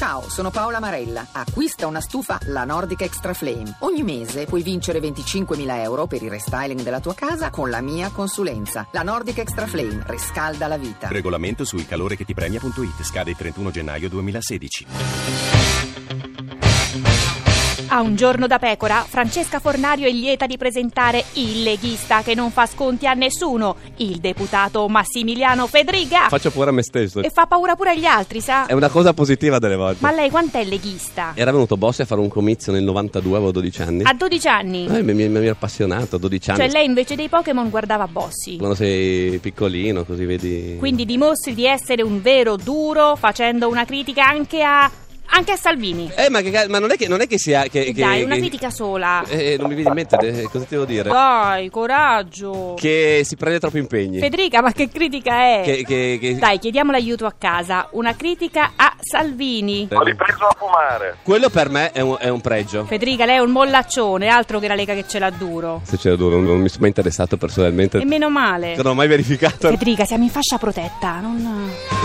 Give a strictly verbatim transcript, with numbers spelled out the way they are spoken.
Ciao, sono Paola Marella. Acquista una stufa La Nordic Extra Flame. Ogni mese puoi vincere venticinquemila euro per il restyling della tua casa con la mia consulenza. La Nordic Extra Flame riscalda la vita. Regolamento su il calore che ti premia punto it. Scade il trentuno gennaio duemilasedici. A un giorno da pecora, Francesca Fornario è lieta di presentare il leghista che non fa sconti a nessuno, il deputato Massimiliano Fedriga. Faccio paura a me stesso. E fa paura pure agli altri, sa? È una cosa positiva delle volte. Ma lei quant'è leghista? Era venuto Bossi a fare un comizio nel novantadue, avevo dodici anni. A dodici anni? Eh, mi, mi, mi ero appassionato a dodici anni. Cioè lei invece dei Pokémon guardava Bossi. Quando sei piccolino, così vedi. Quindi dimostri di essere un vero duro facendo una critica anche a... Anche a Salvini. Eh, ma, che, ma non è che non è che sia. Che, Dai, che, una che, critica sola. Eh, non mi viene in mente, eh, cosa ti devo dire? Dai, coraggio. Che si prende troppi impegni. Federica, ma che critica è? Che, che, che... Dai, chiediamo l'aiuto a casa. Una critica a Salvini. Ho ripreso a fumare. Quello per me è un, è un pregio. Federica, lei è un mollaccione, altro che la Lega che ce l'ha duro. Se c'era duro, non mi sono mai interessato personalmente. E meno male. Non ho mai verificato. Federica, siamo in fascia protetta, non...